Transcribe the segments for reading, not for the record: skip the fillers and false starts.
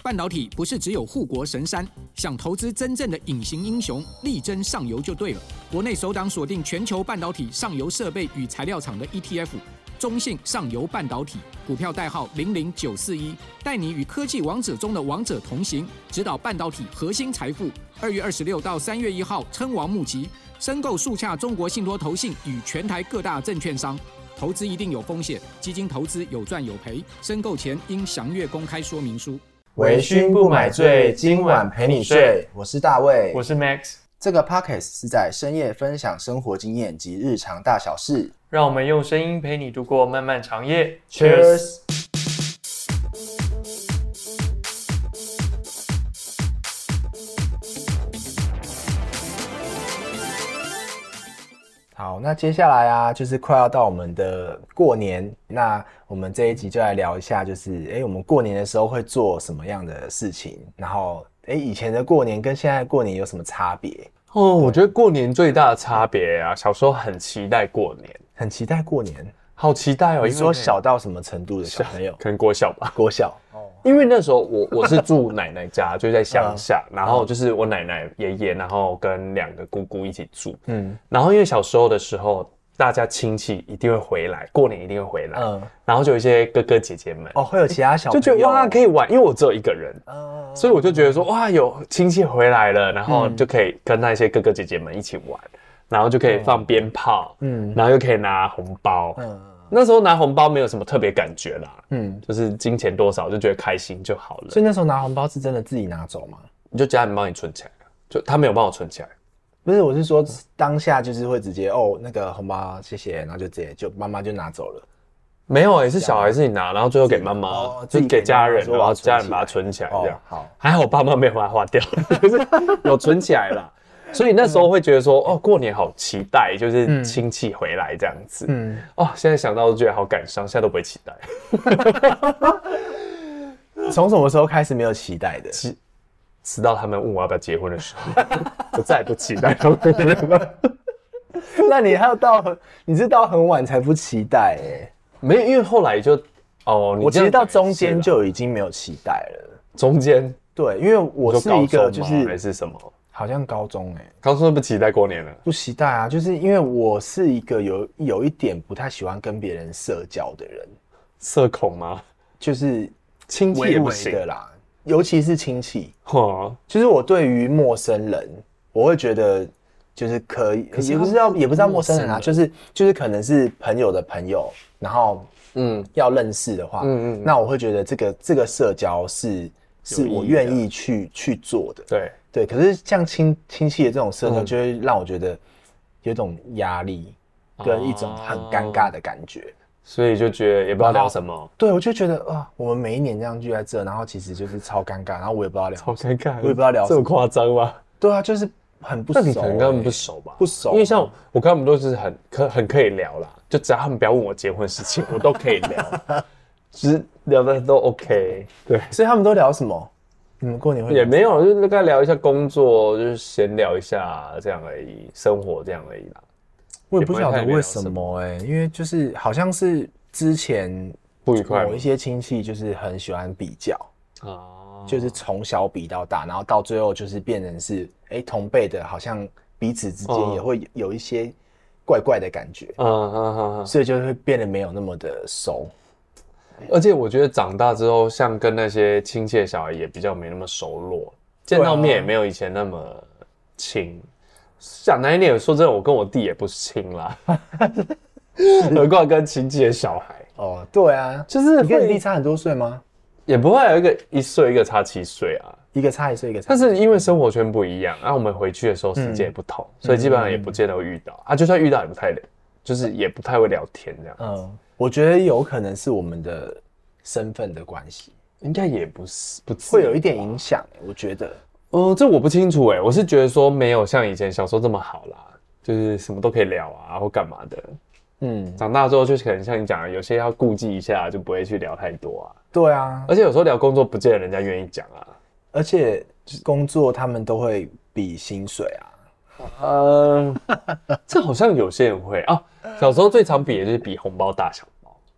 半导体不是只有护国神山，想投资真正的隐形英雄，力争上游就对了。国内首档锁定全球半导体上游设备与材料厂的 ETF， 中信上游半导体，股票代号00941，带你与科技王者中的王者同行，指导半导体核心财富。2月26到3月1号称王募集，申购速洽中国信托投信与全台各大证券商。投资一定有风险，基金投资有赚有赔，申购前应详阅公开说明书。 微醺不买醉，今晚陪你睡。我是大卫， 我是 Max。 这个 Podcast 是在深夜分享生活经验及日常大小事， 让我们用声音陪你度过漫漫长夜。 Cheers！ 好，那接下来啊，就是快要到我们的过年，那我们这一集就来聊一下，就是我们过年的时候会做什么样的事情，然后以前的过年跟现在的过年有什么差别？ 哦，我觉得过年最大的差别啊，小时候很期待过年， 很期待过年， 好期待哦！ 你说小到什么程度的小朋友？ 可能国小吧， 国小。 因为那时候我是住奶奶家，就在乡下，然后就是我奶奶、爷爷，然后跟2个姑姑一起住。然后因为小时候的时候，大家亲戚一定会回来，过年一定会回来，然后就有一些哥哥姐姐们会有其他小朋友， 就觉得哇可以玩，因为我只有一个人，所以我就觉得说哇有亲戚回来了，然后就可以跟那些哥哥姐姐们一起玩，然后就可以放鞭炮，然后又可以拿红包。那时候拿红包没有什么特别感觉啦，就是金钱多少就觉得开心就好了。 所以那时候拿红包是真的自己拿走吗？ 你就家人帮你存起来，就他没有帮我存起来。 不是，我是说当下就是会直接那个红包谢谢，然后就直接就妈妈就拿走了。 没有是小孩自己拿，然后最后给妈妈，就给家人，然后家人把它存起来这样。好，还好我爸妈没有把它花掉，就是有存起来啦。所以那时候会觉得说，过年好期待，就是亲戚回来这样子。现在想到都觉得好感伤，现在都不会期待。 从什么时候开始没有期待的？ 直到他们问我要不要结婚的时候，我再也不期待他们。 那你还要你是到很晚才不期待没有，因为后来就我其实到中间就已经没有期待了。 中间对，因为我是一个就是还是什么。 好像高中高中不期待过年了， 不期待啊，就是因为我是一个有一点不太喜欢跟别人社交的人。 社恐吗？ 就是亲戚也不行的啦，尤其是亲戚。就是我对于陌生人，我会觉得就是可以，可是也不是陌生人啊，就是可能是朋友的朋友，然后要认识的话，那我会觉得这个社交是我愿意去做的。对，可是像亲戚的这种社交，就会让我觉得有一种压力，跟一种很尴尬的感觉， 所以就觉得也不知道聊什么。 对，我就觉得我们每一年这样聚在这，然后其实就是超尴尬，然后我也不知道聊， 超尴尬， 我也不知道聊什么， 这么夸张吗？ 对啊，就是很不熟。 那你可能跟他们不熟吧？ 不熟， 因为像我跟他们都是很可以聊啦，就只要他们不要问我结婚的事情，我都可以聊，只是聊的都 OK。对， 所以他们都聊什么？你们过年会也没有，就是大概聊一下工作，就是闲聊一下这样而已，生活这样而已啦。 我也不晓得为什么因为就是好像是之前不愉快， 某一些亲戚就是很喜欢比较就是从小比到大，然后到最后就是变成是同辈的，好像彼此之间也会有一些怪怪的感觉，所以就会变得没有那么的熟。 而且我觉得长大之后，像跟那些亲戚的小孩也比较没那么熟络，见到面也没有以前那么亲。想难一点说真的，我跟我弟也不亲啦，何况跟亲戚的小孩。 对啊， 就是你跟你弟差很多岁吗？ 也不会有一个1岁，一个差7岁啊， 一个差1岁，一个差。 但是因为生活圈不一样，我们回去的时候时间也不同，所以基本上也不见得会遇到就算遇到也不太会聊天这样。 我觉得有可能是我们的身份的关系， 应该也不是会有一点影响我觉得。 这我不清楚我是觉得说没有像以前小时候这么好啦，就是什么都可以聊或干嘛的。长大之后就可能像你讲的，有些要顾忌一下，就不会去聊太多对啊， 而且有时候聊工作不见得人家愿意讲而且工作他们都会比薪水这好像有些人会小时候最常比的就是比红包大小包。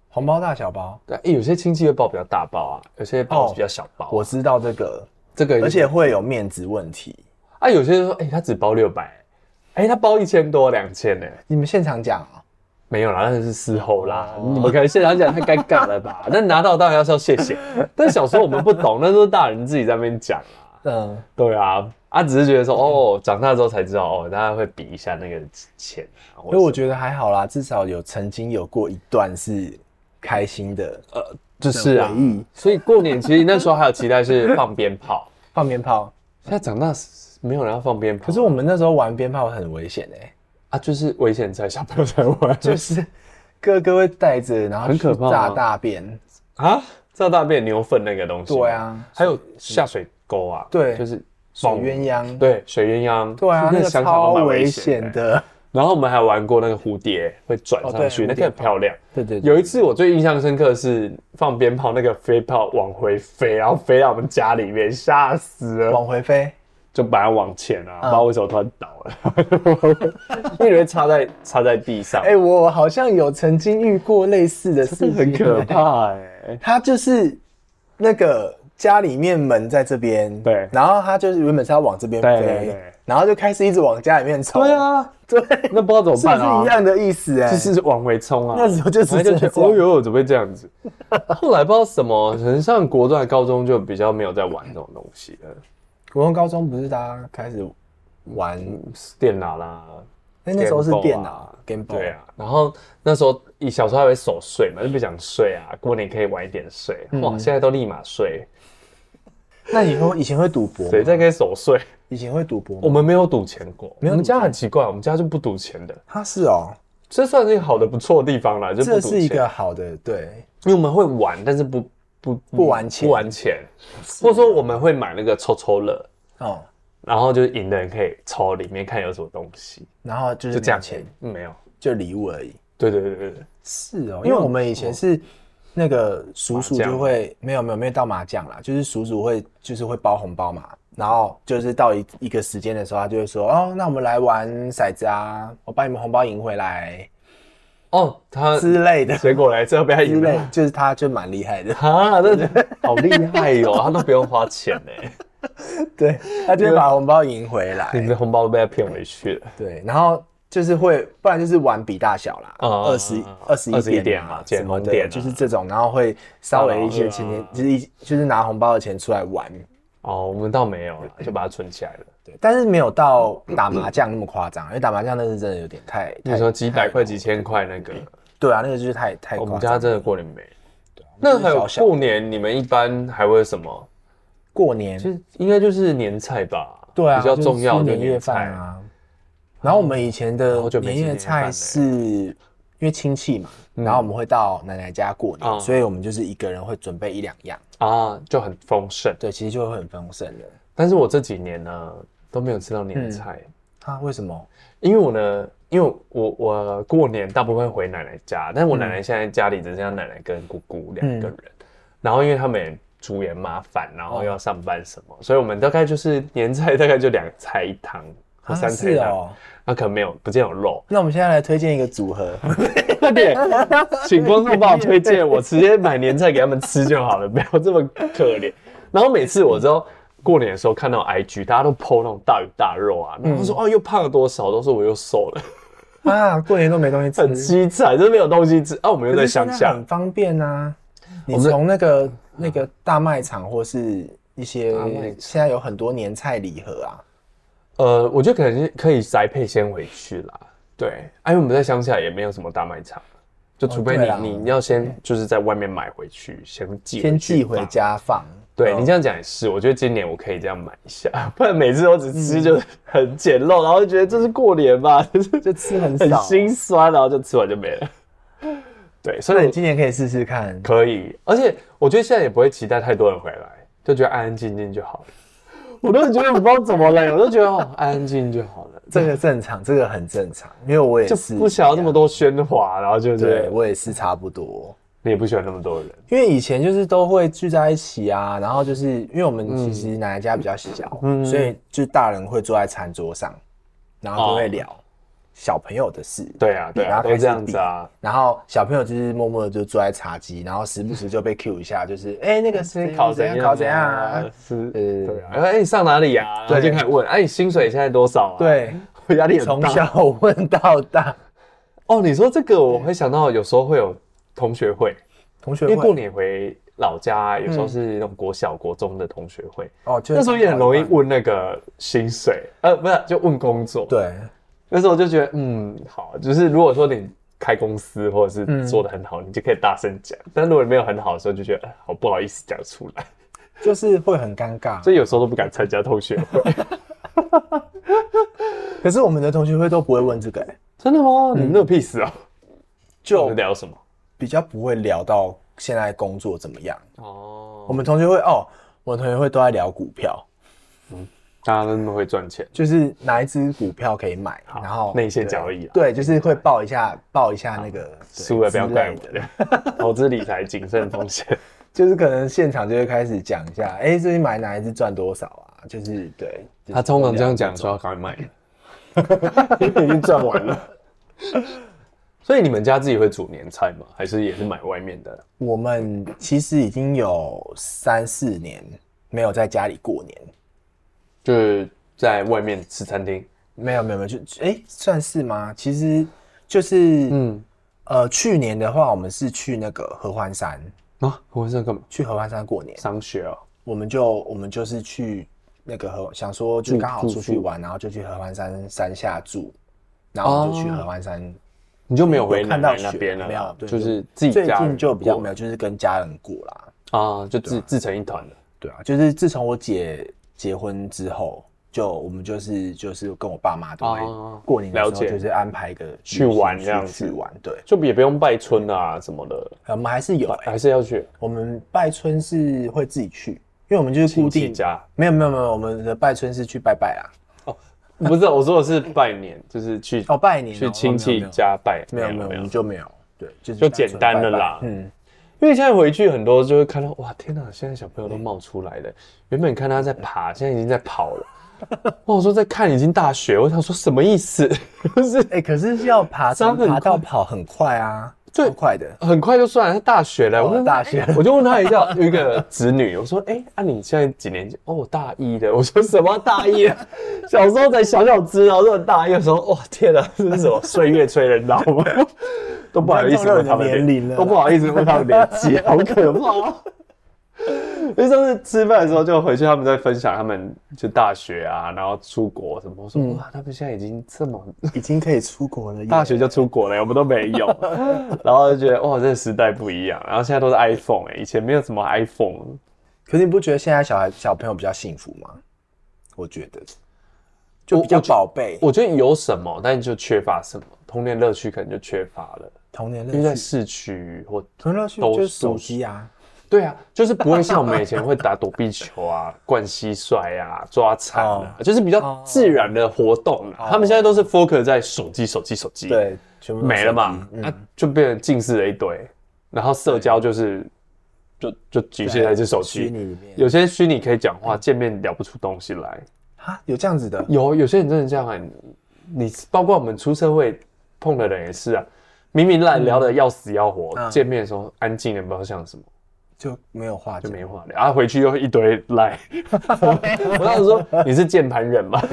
红包大小包， 对，有些亲戚会包比较大包啊，有些包比较小包。 我知道这个，而且会有面子问题啊。有些人说，他只包600，他包1000多2000呢。 你们现场讲啊？ 没有啦，那是事后啦。你们可能现场讲太尴尬了吧？但拿到当然要说谢谢。但小时候我们不懂，那都是大人自己在那边讲啊。对啊。只是觉得说，长大之后才知道，大家会比一下那个钱。 所以我觉得还好啦，至少曾经有过一段是开心的， 就是啊。所以过年其实那时候还有期待是放鞭炮。 放鞭炮。 现在长大没有人要放鞭炮。 可是我们那时候玩鞭炮很危险就是危险在小朋友才玩， 就是哥哥会带着，然后很可怕， 炸大便啊，炸大便牛粪那个东西。 对啊， 还有下水沟啊， 对， 就是水鸳鸯， 对，水鸳鸯， 对啊，那个超危险的。 然后我们还玩过那个蝴蝶会转上去，那个很漂亮。 对。 有一次我最印象深刻的是放鞭炮，那个飞炮往回飞，然后飞到我们家里面，吓死了。 往回飞。 就把它往前啊，不知道为什么突然倒了，因为会插在地上。 我好像有曾经遇过类似的事情， 很可怕他就是那个家里面门在这边， 对， 然后他就是原本是要往这边飞，对，然后就开始一直往家里面冲。 对啊， 对， 那不知道怎么办啊， 是一样的意思就是往回冲啊。 那时候就是觉得怎么会这样子？后来不知道什么，可能上国中、高中就比较没有在玩这种东西了。 国中、高中不是大家开始玩电脑啦？ 那时候是电脑 Game Boy。 对啊，然后那时候小时候还会守岁嘛，就不想睡啊，过年可以晚一点睡。哇，现在都立马睡。 那以前会赌博吗？ 谁在可以守岁？ 以前会赌博吗？ 我们没有赌钱过，我们家很奇怪，我们家就不赌钱的。 是哦， 这算是一个好的不错的地方啦，就不赌钱。 这是一个好的，对， 因为我们会玩，但是不玩钱，或者说我们会买那个抽乐然后就是赢的人可以抽里面看有什么东西， 然后就这样钱没有， 就礼物而已。 对， 是哦，因为我们以前是那个叔叔就会没有到麻将啦，就是叔叔会包红包嘛，然后就是到一个时间的时候，他就会说那我们来玩骰子啊，我把你们红包赢回来。 他之类的， 水果来这被他赢了， 就是他就蛮厉害的那好厉害哦，他都不用花钱对，他就把红包赢回来， 你的红包都被他骗回去了。 对，然后就是不然就是玩比大小啦，21点嘛， 捡红点就是这种，然后会稍微一些钱，就是拿红包的钱出来玩。 我们倒没有了，就把它存起来了。 对，但是没有到打麻将那么夸张，因为打麻将那是真的有点太， 你说几百块、几千块那个， 对啊，那个就是太夸张。 我们家真的过年没。那还有过年，你们一般还会什么？ 过年就应该就是年菜吧？ 对啊， 比较重要的年夜饭啊。然后我们以前的年夜菜是因为亲戚嘛，然后我们会到奶奶家过年，所以我们就是一个人会准备1-2样就很丰盛。 对，其实就会很丰盛的。 但是我这几年呢都没有吃到年菜为什么？ 因为我过年大部分会回奶奶家，但是我奶奶现在家里只剩下奶奶跟姑姑2个人，然后因为他们也煮也麻烦，然后又要上班什么，所以我们大概就是年菜大概就2菜1汤或3菜1汤，那可能不见有肉。 那我们现在来推荐一个组合， 快点，请观众帮我推荐，我直接买年菜给他们吃就好了，不要这么可怜。然后每次我知道过年的时候看到 IG 大家都 po 那种大鱼大肉啊，然后说又胖了多少，都说我又瘦了过年都没东西吃， 很凄惨，就是没有东西吃我们又在乡下， 很方便啊。你从那个大卖场或是一些现在有很多年菜礼盒啊。 我觉得可能可以宅配先回去啦。对，因为我们在乡下也没有什么大卖场，就除非你要先就是在外面买回去，先寄回家放。 对，你这样讲也是，我觉得今年我可以这样买一下，不然每次都只吃就很简陋，然后就觉得这是过年吧， 就吃很少， 很心酸，然后就吃完就没了。对，所以你今年可以试试看。 可以，而且我觉得现在也不会期待太多人回来，就觉得安安静静就好了。我都觉得我不知道怎么了，我都觉得安安静静就好了。 这个正常，这个很正常，因为我也是就不想要那么多喧哗，然后对我也是差不多。 你也不喜欢那么多人， 因为以前就是都会聚在一起啊，然后就是因为我们其实奶奶家比较小，所以就是大人会坐在餐桌上，然后就会聊， 小朋友的事。 对啊，对啊，都这样子啊。 然后小朋友就是默默的就坐在茶几，然后时不时就被 cue 一下，就是那个谁考怎样啊？是，对啊。你上哪里啊？对，就开始问，你薪水现在多少啊？ 对， 压力很大。 从小问到大。 哦，你说这个，我会想到有时候会有同学会，因为过年回老家，有时候是那种国小、国中的同学会。哦，那时候也很容易问那个薪水，不是，就问工作。对，那时候我就觉得，好，就是如果说你开公司或者是做得很好，你就可以大声讲。但如果你没有很好的时候，就觉得好不好意思讲出来， 就是会很尴尬， 所以有时候都不敢参加同学会。 可是我们的同学会都不会问这个。 真的吗？你们那屁事啊！就聊什么？ 比较不会聊到现在工作怎么样哦。我们同学会我同学会都在聊股票， 大家都那么会赚钱， 就是哪一支股票可以买，然后内线交易。 对，就是会报一下那个输了不要怪我。投资理财谨慎风险， 就是可能现场就会开始讲一下，最近买哪一支赚多少啊？就是对， 他通常这样讲说要赶快卖。已经赚完了，所以你们家自己会煮年菜吗？还是也是买外面的？ 我们其实已经有3-4年没有在家里过年， 就是在外面吃餐厅。 没有，就算是吗？其实就是去年的话，我们是去那个合欢山啊，合欢山干嘛？ 去合欢山过年， 上学哦。 我们就是去。那个想说就刚好出去玩，然后就去合欢山下住，然后就去合欢山， 你就没有回奶奶那边了？ 没有， 就是自己家人。 最近就比较没有，就是跟家人过啦。 就自成一团了。 对啊，就是自从我姐结婚之后，我们就是跟我爸妈都会过年的时候就是安排一个去玩这样子， 去玩，对， 就也不用拜春啊什么的。 我们还是有， 还是要去。 我们拜春是会自己去。因为我们就是固定家， 没有，我们的拜春是去拜拜啦。不是，我说的是拜年，就是去拜年， 去亲戚家拜。 没有，我们就没有，对， 就简单的啦。因为现在回去很多就会看到，哇，天哪，现在小朋友都冒出来了。原本看他在爬，现在已经在跑了。我说在看已经大学，我想说什么意思？ 可是要爬到跑很快啊。最快的， 很快就算了。他大学了， 我大学， 我就问他一下，有一个子女，我说，你现在几年级？我大一的。我说什么大一的？小时候才小只，然后这大一的时候，哇，天哪，这是什么岁月催人老吗？都不好意思问他们年龄了，都不好意思问他们年纪，好可怕。因为上次吃饭的时候就回去，他们在分享他们就大学啊，然后出国什么。我说哇，他们现在已经可以出国了， 大学就出国了，我们都没有。然后就觉得哇，这个时代不一样。然后现在都是 iPhone 以前没有什么 iPhone。 可是你不觉得现在小朋友比较幸福吗？我觉得就比较宝贝。 我觉得有什么，但就缺乏什么，童年乐趣可能就缺乏了。 童年乐趣， 因为在市区或童年乐趣就是手机啊。 对啊，就是不会像我们以前会打躲避球啊、灌蟋蟀啊、抓蝉啊，就是比较自然的活动啊。他们现在都是 focus 在手机， 对， 全部没了嘛，就变成近视了一堆。然后社交就是就局限在这手机里面，有些虚拟可以讲话，见面聊不出东西来。 有这样子的？ 有些人真的这样啊。你包括我们出社会碰的人也是啊，明明聊得要死要活，见面的时候安静的不知道像什么。 就没有话聊，然后回去又一堆赖。我当时说你是键盘人吗？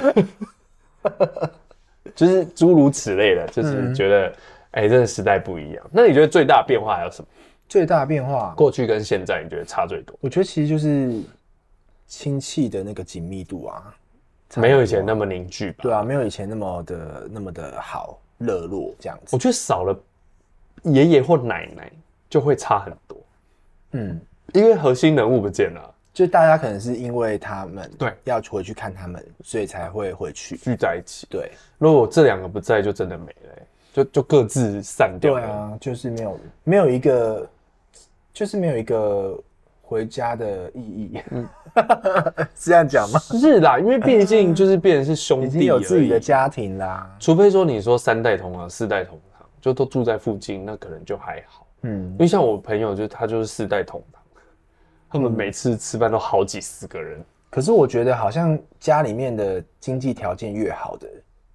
就是诸如此类的，就是觉得这个时代不一样。那你觉得最大变化还有什么？ 最大变化，过去跟现在你觉得差最多？ 我觉得其实就是亲戚的那个紧密度啊， 没有以前那么凝聚吧？ 对啊，没有以前那么的好热络这样子。 我觉得少了爷爷或奶奶就会差很多。因为核心人物不见了， 就大家可能是因为他们要回去看他们，所以才会回去聚在一起。 对， 如果这两个不在，就真的没了，就各自散掉了。 对啊，就是没有一个，就是没有一个回家的意义。是这样讲吗？ 是啦，因为毕竟就是变成是兄弟，已经有自己的家庭啦。 除非说你说3代同堂、4代同堂，就都住在附近，那可能就还好。因为像我朋友他就是4代同堂，他们每次吃饭都好几10个人。 可是我觉得好像家里面的经济条件越好的，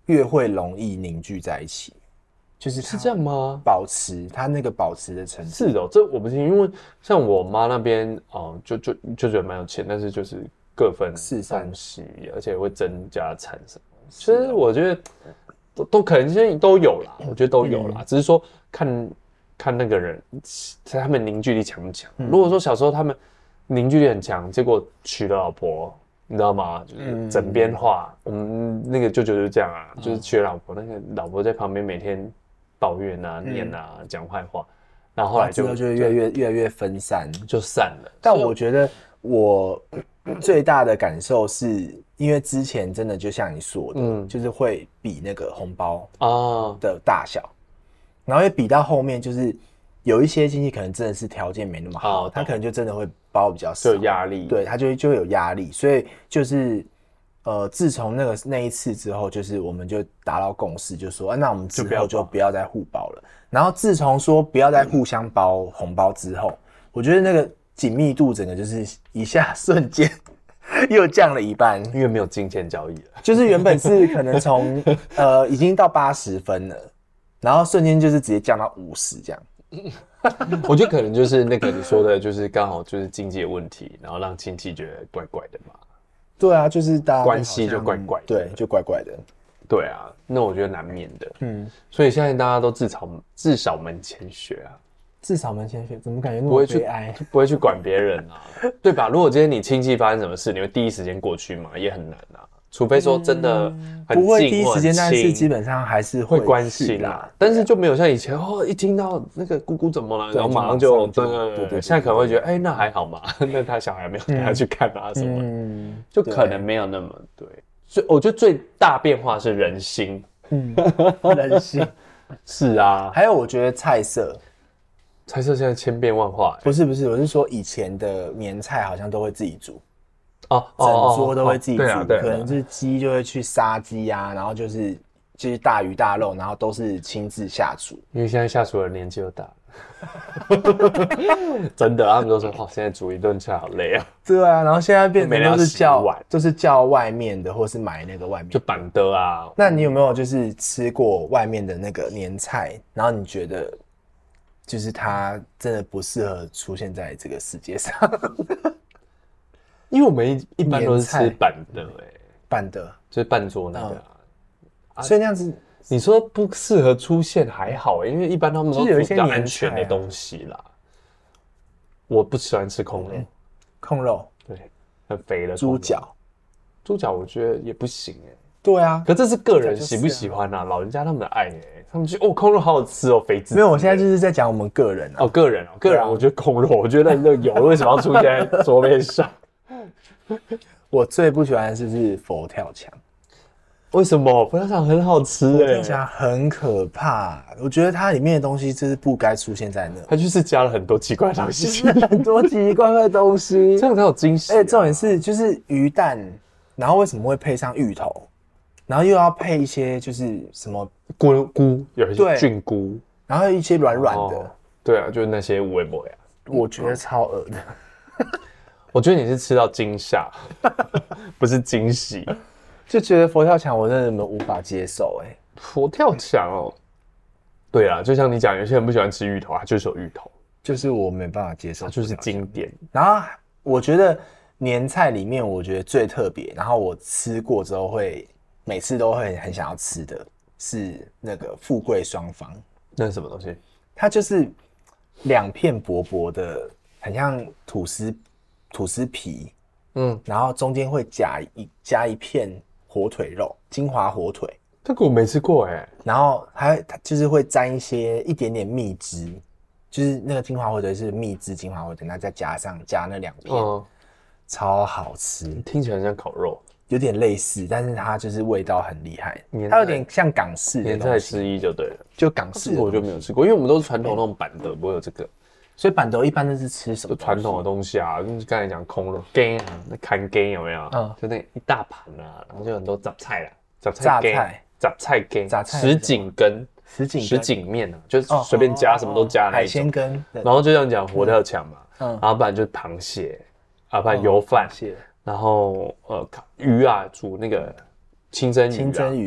越会容易凝聚在一起。就是这样吗？ 保持它那个保持的程度是的，这我不信，因为像我妈那边就觉得蛮有钱，但是就是各分东西，而且会增加产什么。其实我觉得都可能现在都有啦，我觉得都有啦，只是说看那个人他们凝聚力强不强。如果说小时候他们凝聚力很强，结果娶了老婆，你知道吗？就是枕边话，我们那个舅舅就这样啊，就是娶了老婆，那个老婆在旁边每天抱怨啊、念啊、讲坏话，然后后来就越来越分散， 就散了。 但我觉得我最大的感受是，因为之前真的就像你说的，就是会比那个红包的大小，然后也比到后面，就是有一些亲戚可能真的是条件没那么好，他可能就真的会包比较少， 就有压力， 对，他就会有压力，所以就是自从那一次之后，就是我们就达到共识，就说那我们之后就不要再互包了。然后自从说不要再互相包红包之后，我觉得那个紧密度整个就是一下瞬间又降了一半， 因为没有金钱交易了。 就是原本是可能从已经到80分了，然后瞬间就是直接降到50这样。 我觉得可能就是那个你说的，就是刚好就是经济的问题，然后让亲戚觉得怪怪的嘛。 对啊，就是大家关系就怪怪的， 对，就怪怪的。 对啊，那我觉得难免的。所以现在大家都自扫门前雪啊。 自扫门前雪，怎么感觉那么悲哀？ 不会去管别人啊，对吧？如果今天你亲戚发生什么事，你会第一时间过去吗？也很难啊。除非说真的很近， 不会第一时间，但是基本上还是会关心啦。但是就没有像以前一听到那个姑姑怎么了，然后马上就对，现在可能会觉得那还好嘛，那他小孩没有带他去看啊什么，就可能没有那么对。所以我觉得最大变化是人心， 人心是啊。 还有我觉得菜色现在千变万化。 不是，我是说以前的年菜好像都会自己煮。整桌都会自己煮，可能就是鸡就会去杀鸡啊，然后就是大鱼大肉，然后都是亲自下厨。 因为现在下厨的年纪又大了，真的，他们都说现在煮一顿菜好累啊。 对啊，然后现在变成都是叫外面的，或是买那个外面就板的啊。 那你有没有就是吃过外面的那个年菜，然后你觉得就是它真的不适合出现在这个世界上？ 因为我们一般都是吃板的， 板的就是半桌那个所以那样子你说不适合出现还好，因为一般他们都有一些安全的东西啦。我不喜欢吃控肉， 对，很肥的猪脚我觉得也不行对啊， 可这是个人喜不喜欢啊，老人家他们的爱他们觉得控肉好好吃肥滋。 没有，我现在就是在讲我们个人个人，我觉得控肉，我觉得那油为什么要出现在桌面上？ 我最不喜欢的是佛跳墙。 为什么？佛跳墙很好吃佛跳墙很可怕，我觉得它里面的东西就是不该出现在那。 它就是加了很多奇怪的东西， 很多奇奇怪怪的东西， 这样才有惊喜。 重点是就是鱼蛋，然后为什么会配上芋头，然后又要配一些就是什么菇，有一些菌菇， 然后一些软软的。 对啊，就是那些微博呀， 我觉得超恶的。 我觉得你是吃到惊吓，不是惊喜， 就觉得佛跳墙我真的无法接受佛跳墙对啊，就像你讲，有些人不喜欢吃芋头，就是有芋头， 就是我没办法接受， 就是经典。 然后我觉得年菜里面，我觉得最特别，然后我吃过之后每次都会很想要吃的是那个富贵双方。 那是什么东西？ 它就是2片薄薄的，很像吐司皮，然后中间会加一片火腿肉，金华火腿。 这个我没吃过然后它就是会沾一点点蜜汁，就是那个金华火腿是蜜汁金华火腿，那再加那2片，超好吃。 听起来像烤肉， 有点类似，但是它就是味道很厉害，它有点像港式的年菜之一就对了， 就港式。 我就没有吃过，因为我们都是传统那种板的，不会有这个。 所以板豆一般都是吃什么？ 就传统的东西啊，就是刚才讲空肉干啊，那看干有没有？就那一大盘啊，然后就很多杂菜啦，杂菜干什什锦面啊，就是随便加什么都加那一种。 海鲜羹， 然后就这样讲佛跳墙嘛，然后不然就是螃蟹，不然油饭，然后鱼啊煮那个清蒸鱼，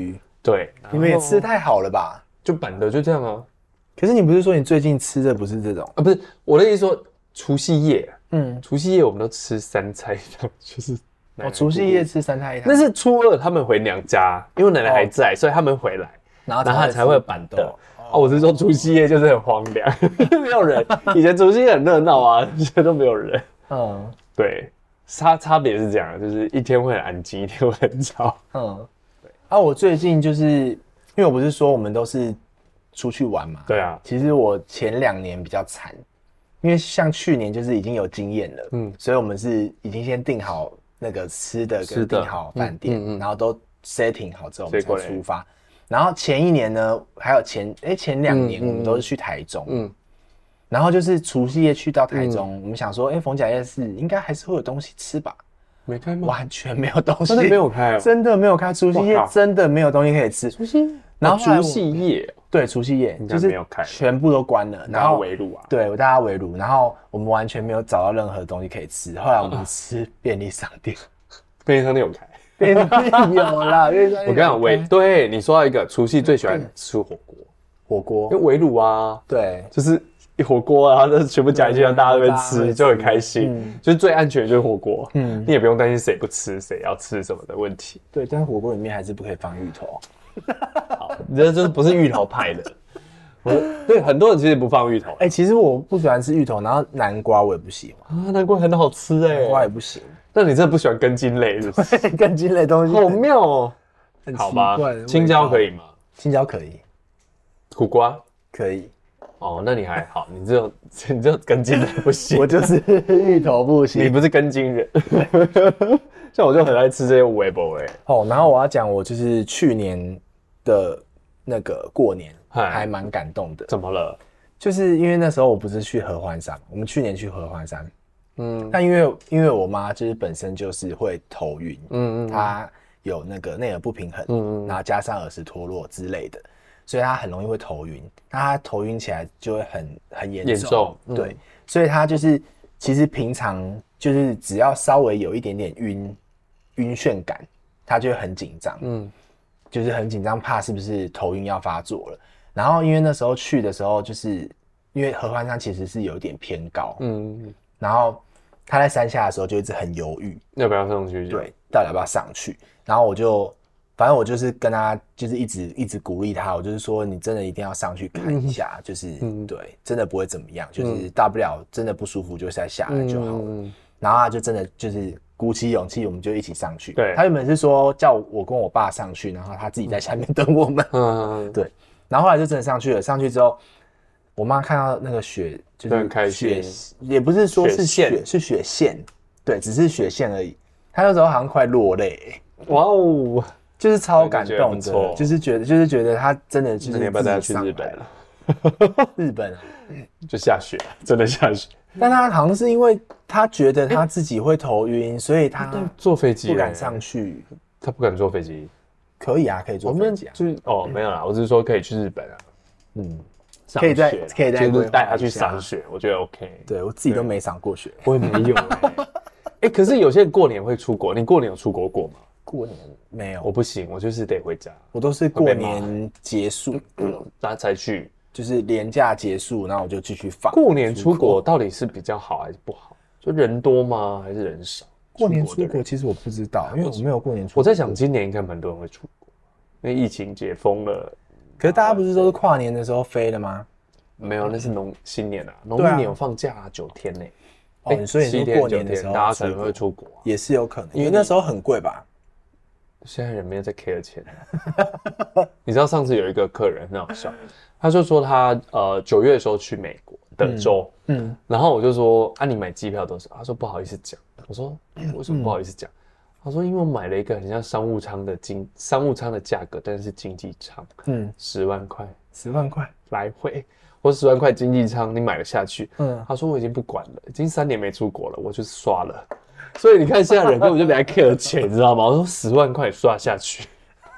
对， 你们也吃太好了吧？ 就板的就这样啊。 可是你不是说你最近吃的不是这种啊？不是我的意思说，除夕夜，除夕夜我们都吃3菜一汤，就是除夕夜吃3菜一汤。 那是初2他们回娘家，因为奶奶还在，所以他们回来，然后他才会板的。我是说除夕夜就是很荒凉，没有人。以前除夕夜很热闹啊，现在都没有人。对，差别是这样，就是一天会很安静，一天会很吵。 对。我最近就是因为我不是说我们都是出去玩嘛， 对啊。 其实我前2年比较惨，因为像去年就是已经有经验了，所以我们是已经先订好那个吃的跟订好饭店，然后都 setting 好之后我们才出发。然后前1年呢，还有前2年我们都是去台中，然后就是除夕夜去到台中，我们想说，逢甲夜市应该还是会有东西吃吧？ 没开吗？ 完全没有东西， 真的没有开， 真的没有开。除夕夜真的没有东西可以吃。 除夕，然后除夕夜， 对，除夕夜就是全部都关了，然后围炉啊， 对，大家围炉，然后我们完全没有找到任何东西可以吃。后来我们吃便利商店， 便利商店有开。 便利有啦， 我跟你讲，对你说到一个除夕最喜欢吃火锅，因为围炉啊， 对， 就是一火锅啊，然后全部加进去，让大家在那边吃，就很开心。就是最安全的就是火锅，你也不用担心谁不吃，谁要吃什么的问题。 对，但是火锅里面还是不可以放芋头。 好，你这就是不是芋头派的。对，很多人其实不放芋头。 其实我不喜欢吃芋头，然后南瓜我也不喜欢啊，南瓜很好吃南瓜也不行。 那你真的不喜欢根茎类是不是？ 根茎类东西好妙哦。 很好吧，青椒可以吗？ 青椒可以， 苦瓜可以。 那你还好，你这根茎类不行。 我就是芋头不行， 你不是根茎人。像我就很爱吃这些微博然后我要讲，我就是去年的那个过年还蛮感动的。 怎么了？ 就是因为那时候我不是去合欢山，我们去年去合欢山。但因为我妈就是本身就是会头晕，她有那个内耳不平衡，然后加上耳石脱落之类的，所以她很容易会头晕。那她头晕起来就会很严重，对，所以她就是其实平常就是只要稍微有一点点晕眩感，她就会很紧张，就是很紧张，怕是不是头晕要发作了。然后因为那时候去的时候，就是因为合欢山其实是有点偏高，然后他在山下的时候就一直很犹豫， 要不要上去？ 对，到底要不要上去？然后反正我就是跟他就是一直鼓励他，我就是说你真的一定要上去看一下，就是对，真的不会怎么样，就是大不了真的不舒服就再下来就好了。然后他就真的就是鼓起勇气，我们就一起上去。 对， 他原本是说叫我跟我爸上去，然后他自己在下面等我们。对。然后后来就真的上去了，上去之后，我妈看到那个雪，就是很开心， 也不是说是雪，是雪线，对，只是雪线而已。她那时候好像快落泪， 哇哦， 就是超感动的，就是觉得她真的就是。 你要不要带她去日本了？ 日本啊， 就下雪，真的下雪。 但她好像是因为她觉得她自己会头晕，所以她坐飞机不敢上去。 她不敢坐飞机。 可以啊，可以坐飞机啊。 就是没有啦，我只是说可以去日本啊。 可以再就是带他去赏雪，我觉得 OK。 对，我自己都没赏过雪， 我也没有可是有些人过年会出国，你过年有出国过吗？ 过年没有， 我不行，我就是得回家。 我都是过年结束， 然后才去， 就是连假结束，然后我就继续放。 过年出国到底是比较好还是不好？就人多吗？还是人少？ 过年出国其实我不知道，因为我没有过年出国。 我在想今年应该蛮多人会出国，因为疫情解封了。 可是大家不是都是跨年的时候飞了吗？ 没有，那是新年啊，农历年有放假9天呢。 所以你说过年的时候大家可能会出国， 也是有可能，因为那时候很贵吧。 现在人没有在 care 钱。你知道上次有一个客人很好笑，他就说他9月的时候去美国德州，然后我就说你买机票多少？他说不好意思讲。我说为什么不好意思讲？他说因为我买了一个很像商务舱的价格，但是经济舱，10万块 ，10万块来回，或10万块经济舱你买了下去，他说我已经不管了，已经3年没出国了，我就是刷了。所以你看现在人根本就没来 care 钱，你知道吗？我说10万块刷下去。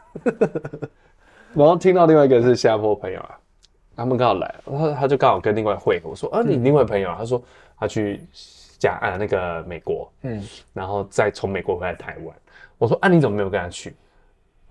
然后听到另外一个是新加坡朋友啊，他们刚好来，他就刚好跟另外会合，我说你另外朋友啊，他说他去那个美国，然后再从美国回来台湾。我说你怎么没有跟他去？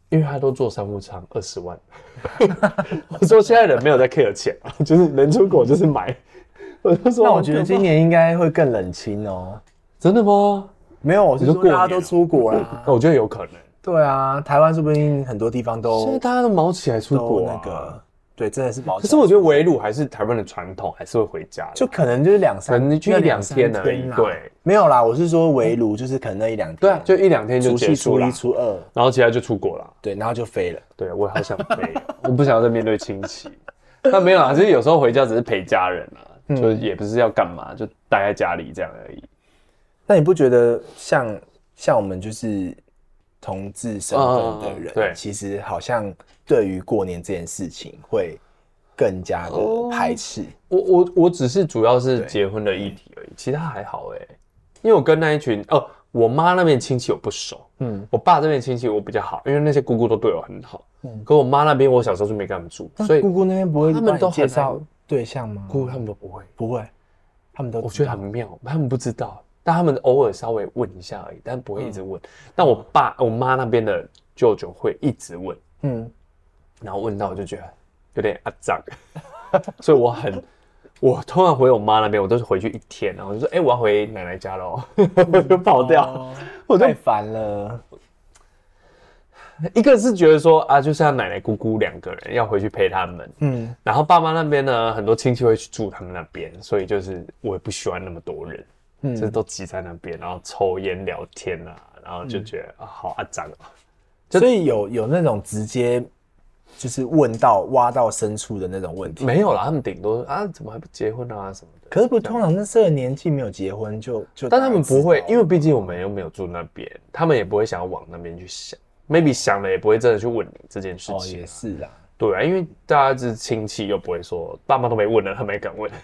因为他都坐商务舱20万。我说现在人没有在 care 钱啊，就是能出国就是买。我就说， 那我觉得今年应该会更冷清哦。 真的吗？ 没有，我是说大家都出国啦。 我觉得有可能。 对啊，台湾说不定很多地方都现在大家都毛起来出国那个。对，真的是毛起来。 可是我觉得围炉还是台湾的传统，还是会回家的， 就可能就是可能就1-2天而已。对， 没有啦，我是说围炉，就是可能那1-2天。 对啊，就1-2天就结束了。 初1、初2， 然后其他就出国了。 对，然后就飞了。 对，我也好想飞，我不想要再面对亲戚。但没有啦，其实有时候回家只是陪家人啊，就也不是要干嘛，就待在家里这样而已。 那你不觉得像我们就是同志身份的人， 对， 其实好像对于过年这件事情会更加的排斥？ 我只是主要是结婚的议题而已，其他还好因为我跟那一群我妈那边亲戚我不熟，我爸这边亲戚我比较好，因为那些姑姑都对我很好，可我妈那边我小时候就没跟他们住，所以姑姑那边不会他们都介绍对象吗？ 姑姑他们都不会， 他们都我觉得很妙，他们不知道，但他们偶尔稍微问一下而已，但不会一直问。但我妈那边的舅舅会一直问，然后问到我就觉得有点阿脏，所以我通常回我妈那边，我都是回去1天，然后就说我要回奶奶家咯，我就跑掉，我太烦了。 一个是觉得说啊，就像奶奶姑姑2个人要回去陪他们，然后爸妈那边呢，很多亲戚会去住他们那边，所以就是我也不喜欢那么多人，就是都挤在那边，然后抽烟聊天啊，然后就觉得好阿脏啊。 所以有那种直接就是挖到深处的那种问题？ 没有啦，他们顶多怎么还不结婚啊什么的。 可是不通常那这个年纪没有结婚就， 但他们不会，因为毕竟我们又没有住那边，他们也不会想要往那边去想。maybe 想了也不会真的去问你这件事情。 也是啦。 对啊，因为大家是亲戚，又不会说爸妈都没问了，他们也敢问。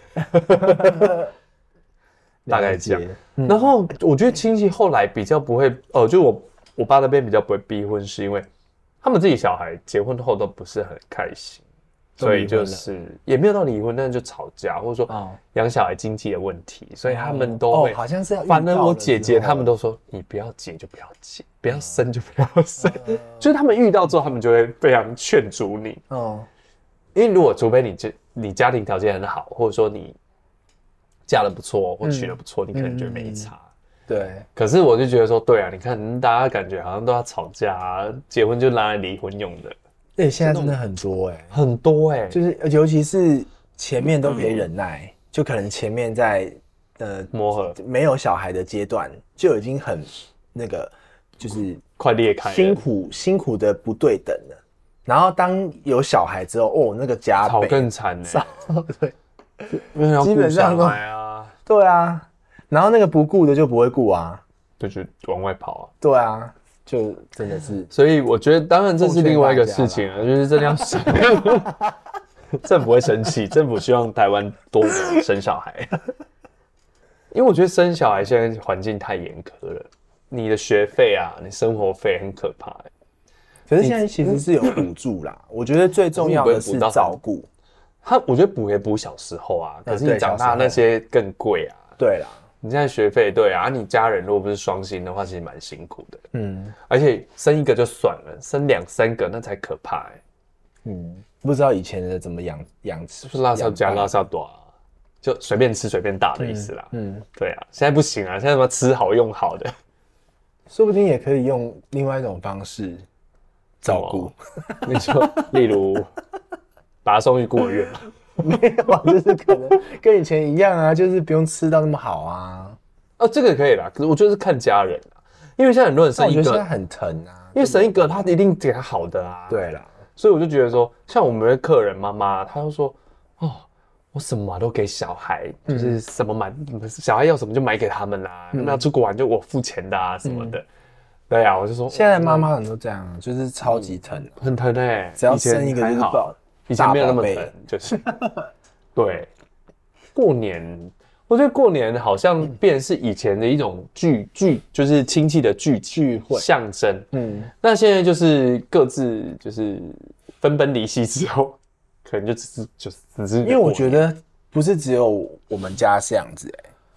大概这样。然后我觉得亲戚后来比较不会，就我爸那边比较不会逼婚，是因为他们自己小孩结婚后都不是很开心，所以就是也没有到离婚，但是就吵架，或者说养小孩经济的问题，所以他们都会好像是要。 反正我姐姐他们都说，你不要结就不要结，不要生就不要生，就是他们遇到之后，他们就会非常劝阻你。因为如果除非你家庭条件很好，或者说你嫁得不错或娶得不错，你可能就没差。 对， 可是我就觉得说，对啊，你看大家感觉好像都要吵架啊，结婚就拿来离婚用的。 现在真的很多很多就是尤其是前面都可以忍耐，就可能前面在磨合没有小孩的阶段就已经很那个，就是快裂开了， 辛苦的不对等了。然后当有小孩之后，那个加倍吵更惨对， 基本上都对啊。然后那个不顾的就不会顾啊， 就往外跑啊。 对啊，就真的是。 所以我觉得，当然这是另外一个事情啊，就是真的要生。政府会生气，政府希望台湾多生小孩，因为我觉得生小孩现在环境太严苛了，你的学费啊，你生活费很可怕。 可是现在其实是有补助啦，我觉得最重要的是照顾。 我觉得补也补小时候啊，可是你长大那些更贵啊。 对啦。 你现在学费对啊，你家人如果不是双薪的话，其实蛮辛苦的。而且生一个就算了，生2、3个那才可怕不知道以前的怎么养， 是不是拉萨加拉萨多啊？就随便吃随便大的意思啦。对啊，现在不行啊，现在什么吃好用好的， 说不定也可以用另外一种方式照顾。 你说，例如把他送去孤儿院。 没有啊，就是可能跟以前一样啊，就是不用吃到那么好啊。 这个可以啦，可是我觉得是看家人啊，因为现在很多人生一个， 现在很疼啊， 因为生一个他一定给他好的啊。 对啦， 所以我就觉得说，像我们的客人妈妈，她就说，我什么都给小孩，就是什么买小孩要什么就买给他们啦，那出国玩就我付钱的啊什么的。对啊，我就说现在妈妈很多这样，就是超级疼， 很疼只要生一个就是好。以前没有那么疼，就是对。过年，我觉得过年好像变成是以前的一种就是亲戚的聚会象征。那现在就是各自就是分崩离析之后，可能就只是。 因为我觉得不是只有我们家是这样子因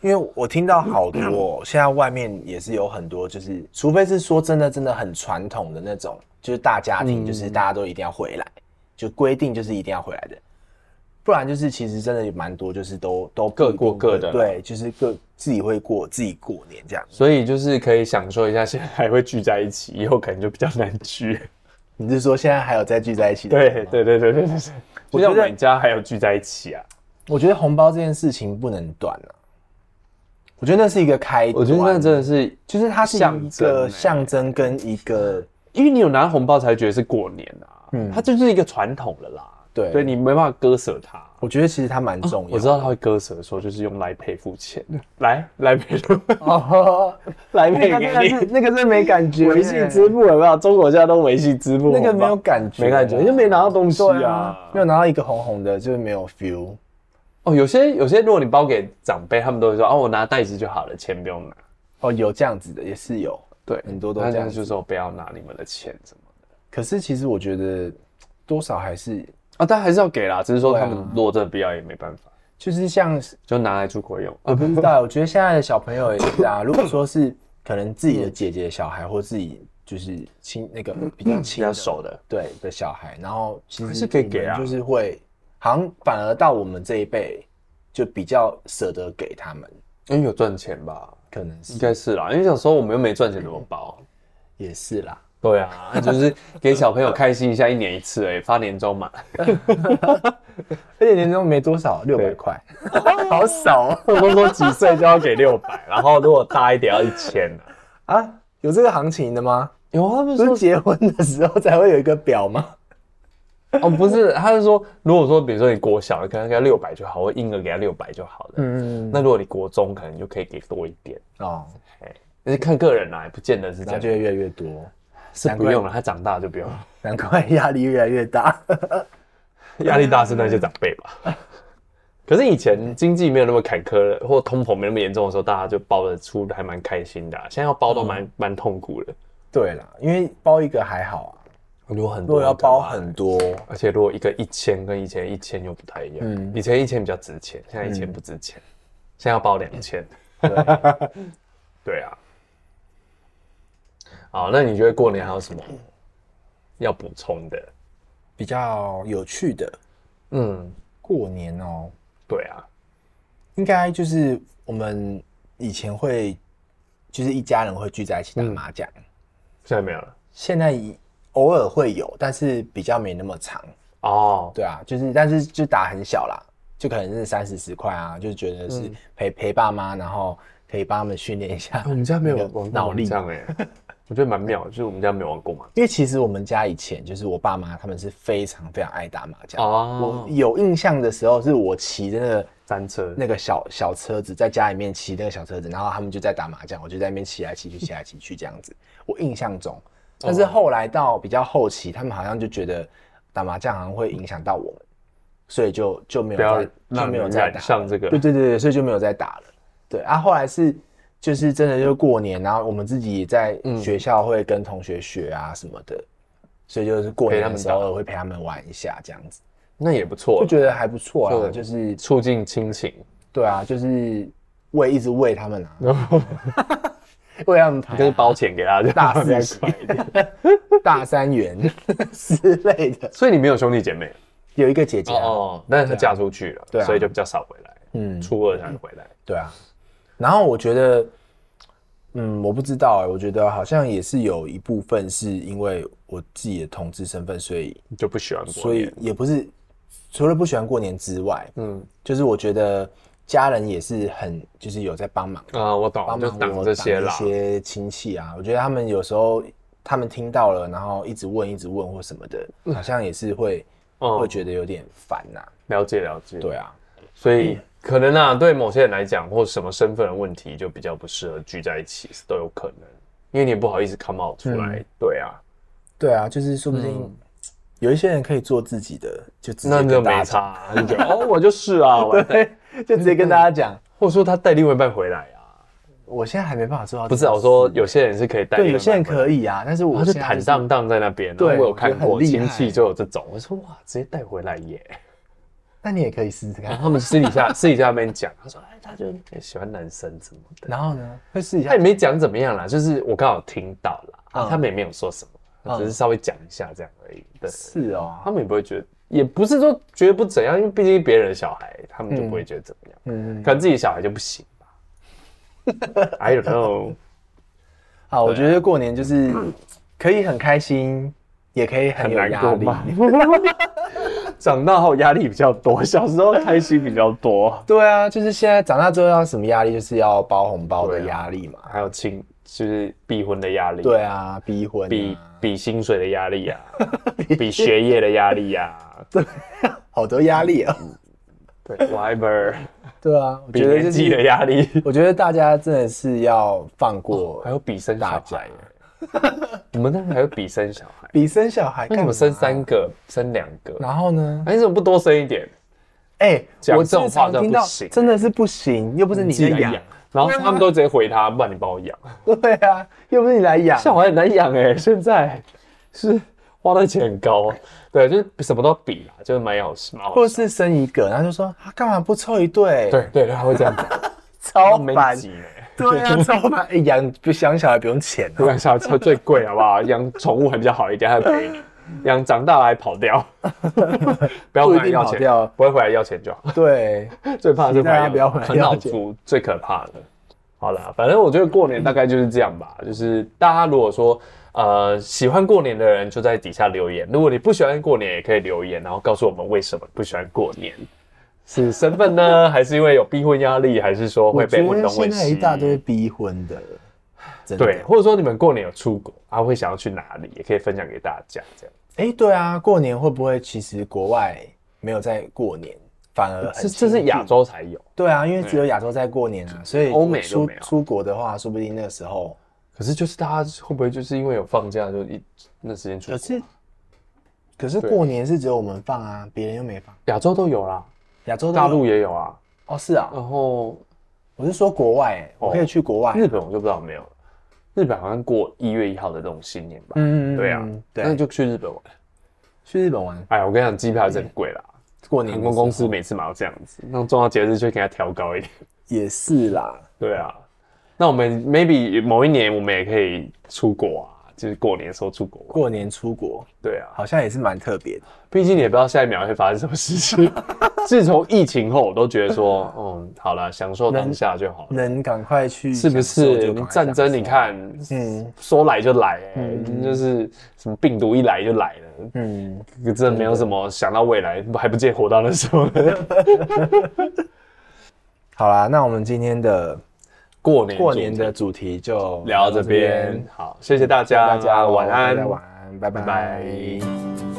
因为我听到好多，现在外面也是有很多，就是除非是说真的很传统的那种，就是大家庭，就是大家都一定要回来，就规定就是一定要回来的，不然就是其实真的蛮多，就是都各过各的， 对，就是自己会过自己过年这样。 所以就是可以享受一下，现在还会聚在一起，以后可能就比较难聚。 你是说现在还有再聚在一起的？ 对，就像我们家还有聚在一起啊。 我觉得红包这件事情不能断啊。我觉得那是一个开端， 我觉得那真的是， 就是它是一个象征跟一个， 因为你有拿红包才觉得是过年啊，它就是一个传统了啦。对，你没办法割舍它。 我觉得其实它蛮重要的。 我知道他会割舍的时候，就是用来赔付钱，来赔哦，来赔给你， 那个是没感觉， 微信支付有没有？中国现在都微信支付， 那个没有感觉， 没感觉，因为没拿到东西啊， 没有拿到一个红红的，就是没有 feel。 哦，有些，如果你包给长辈，他们都会说，哦，我拿袋子就好了，钱不用拿。 哦，有这样子的，也是有， 对， 很多都这样子， 就是说不要拿你们的钱什么的。 可是其实我觉得多少还是但还是要给啦，只是说他们如果真的不要也没办法， 就是像就拿来出国用。 我不知道，我觉得现在的小朋友也是啊，如果说是可能自己的姐姐小孩或自己就是那个比较熟的对的小孩，然后其实还是可以给啊， 就是会。好像反而到我们这一辈就比较舍得给他们， 因为有赚钱吧？ 可能是， 应该是啦。因为小时候我们又没赚钱，怎么包？ 也是啦。 对啊，就是给小朋友开心一下，1年1次而已，发年终嘛。 而且年终没多少，600块，好少哦。 我都说几岁就要给600，然后如果大一点要1000 啊？有这个行情的吗？ 有啊， 不是结婚的时候才会有一个表吗？ 哦，不是，他是说，如果说比如说你国小，可能给他600就好，或婴儿给他600就好了。那如果你国中，可能就可以给多一点哦。但是看个人啦，也不见得是这样， 就会越来越多。 是不用了，他长大就不用了。 难怪压力越来越大， 压力大是那些长辈吧。可是以前经济没有那么坎坷了，或通膨没那么严重的时候，大家就包得出还蛮开心的。现在要包都蛮痛苦的。 对啦，因为包一个还好啊。 如果要包很多， 而且如果一个1000跟以前1000又不太一样。以前1000比较值钱，现在1000不值钱。现在要包2000。对啊。好，那你觉得过年还有什么要补充的？ 比较有趣的？过年哦。 对啊， 应该就是我们以前会，就是一家人会聚在一起打麻将。 现在没有了。 现在偶尔会有，但是比较没那么长哦。 对啊，但是就打很小啦，就可能是30、10块啊，就觉得是陪爸妈，然后可以帮他们训练一下。 我们家没有玩脑力这样我觉得蛮妙的，就是我们家没有玩过嘛。 因为其实我们家以前就是我爸妈他们是非常非常爱打麻将。我有印象的时候是我骑着那个单车， 那个小车子，在家里面骑那个小车子，然后他们就在打麻将，我就在那边骑来骑去这样子。我印象中。但是后来到比较后期，他们好像就觉得打麻将好像会影响到我们，所以就没有再打上这个。 对，所以就没有再打了。对啊，后来就是真的就过年，然后我们自己也在学校会跟同学学啊什么的，所以就是过年的时候会陪他们玩一下这样子。 那也不错， 就觉得还不错啦，就是促进亲情。 对啊，就是一直喂他们啊。为他们排， 就是包钱给他，就大40块一点，大3元之类的。 所以你没有兄弟姐妹？ 有一个姐姐但是她嫁出去了，所以就比较少回来。初2才回来。 对啊。然后我觉得，我不知道我觉得好像也是有一部分是因为我自己的同志身份，所以就不喜欢过年。 所以也不是除了不喜欢过年之外，就是我觉得。家人也是就是有在帮忙啊，我懂，就挡这些啦， 一些亲戚啊，我觉得他们有时候他们听到了，然后一直问或什么的，好像也是会觉得有点烦呐。 了解， 对啊， 所以可能啊，对某些人来讲，或什么身份的问题，就比较不适合聚在一起，都有可能，因为你也不好意思 come out 出来。 对啊，就是说不定。有一些人可以做自己的，就直接那就没差，就觉得我就是啊， 对，就直接跟大家讲， 或者说他带另外一半回来啊。 我现在还没办法做到。 不是，我说有些人是可以带另外一半回来， 对，有些人可以啊，但是我是坦荡荡在那边。对，我有看过亲戚就有这种，我说哇，直接带回来耶。 那你也可以试试看。 他们私底下那边讲，他说他就喜欢男生什么的。 然后呢，会试一下。 他也没讲怎么样啦，就是我刚好听到啦，他们也没有说什么，只是稍微讲一下这样而已。对，是哦，他们也不会觉得，也不是说觉得不怎样，因为毕竟别人的小孩，他们就不会觉得怎么样。可能自己小孩就不行吧。I don't know。 好，我觉得过年就是可以很开心，也可以很有压力。 长大后压力比较多，小时候开心比较多。 对啊，就是现在长大之后要什么压力，就是要包红包的压力嘛， 还有就是逼婚的压力。 对啊，逼婚、 比薪水的压力啊，比学业的压力啊， 对，好多压力啊。 对 ，whatever。 对啊， 我觉得年纪的压力， 我觉得大家真的是要放过， 还有比生小孩。我们那边还有比生小孩， 比生小孩， 为什么生3个，生2个？ 然后呢？ 你怎么不多生一点？ 我这种话听到真的是不行，又不是你在养， 然后他们都直接回他，不然你帮我养。 对啊，又不是你来养， 小孩很难养现在是花的钱很高，对，就是什么都比啦，就是蛮好笑， 或者是生一个，然后就说他干嘛不凑一对？ 对，他会这样讲， 超烦。对啊，超烦！养小孩不用钱啊， 养小孩最贵，好不好？养宠物还比较好一点，还赔你。养长大了还跑掉，不要回来要钱，不会回来要钱就好。 对， 最怕的是不要回来要钱， 最可怕的。好啦，反正我觉得过年大概就是这样吧。就是大家如果说喜欢过年的人，就在底下留言；如果你不喜欢过年，也可以留言，然后告诉我们为什么不喜欢过年。是身份呢，还是因为有逼婚压力，还是说会被问东问西？ 现在一大堆逼婚的， 对，或者说你们过年有出国，会想要去哪里，也可以分享给大家这样。 对啊，过年会不会其实国外没有在过年，反而这是亚洲才有？ 对啊，因为只有亚洲在过年啊，所以欧美都没有。 出国的话，说不定那个时候， 可是就是大家会不会就是因为有放假，就那时间出国？ 可是过年是只有我们放啊，别人又没放。 亚洲都有啦。 亚洲大陆也有啊。 是啊。然后我是说国外我可以去国外。 日本我就不知道有没有了。日本好像过1月1号的这种新年吧。对啊。那就去日本玩。 去日本玩。 我跟你讲，机票真贵啦。过年航空公司每次买都这样子，那种重要节日就给它调高一点。 也是啦。 对啊。那我们 maybe 某一年我们也可以出国啊。就是过年的时候出国， 过年出国， 对啊， 好像也是蛮特别的。 毕竟你也不知道下一秒会发生什么事情。自从疫情后，我都觉得说，好了，享受当下就好了。 能赶快去， 是不是？战争你看，说来就来，就是什么病毒一来就来了，真的没有什么想到未来还不见活到那时候。 好啦，那我们今天的。 过年的主题就聊到这边，好，谢谢大家， 晚安， 拜拜。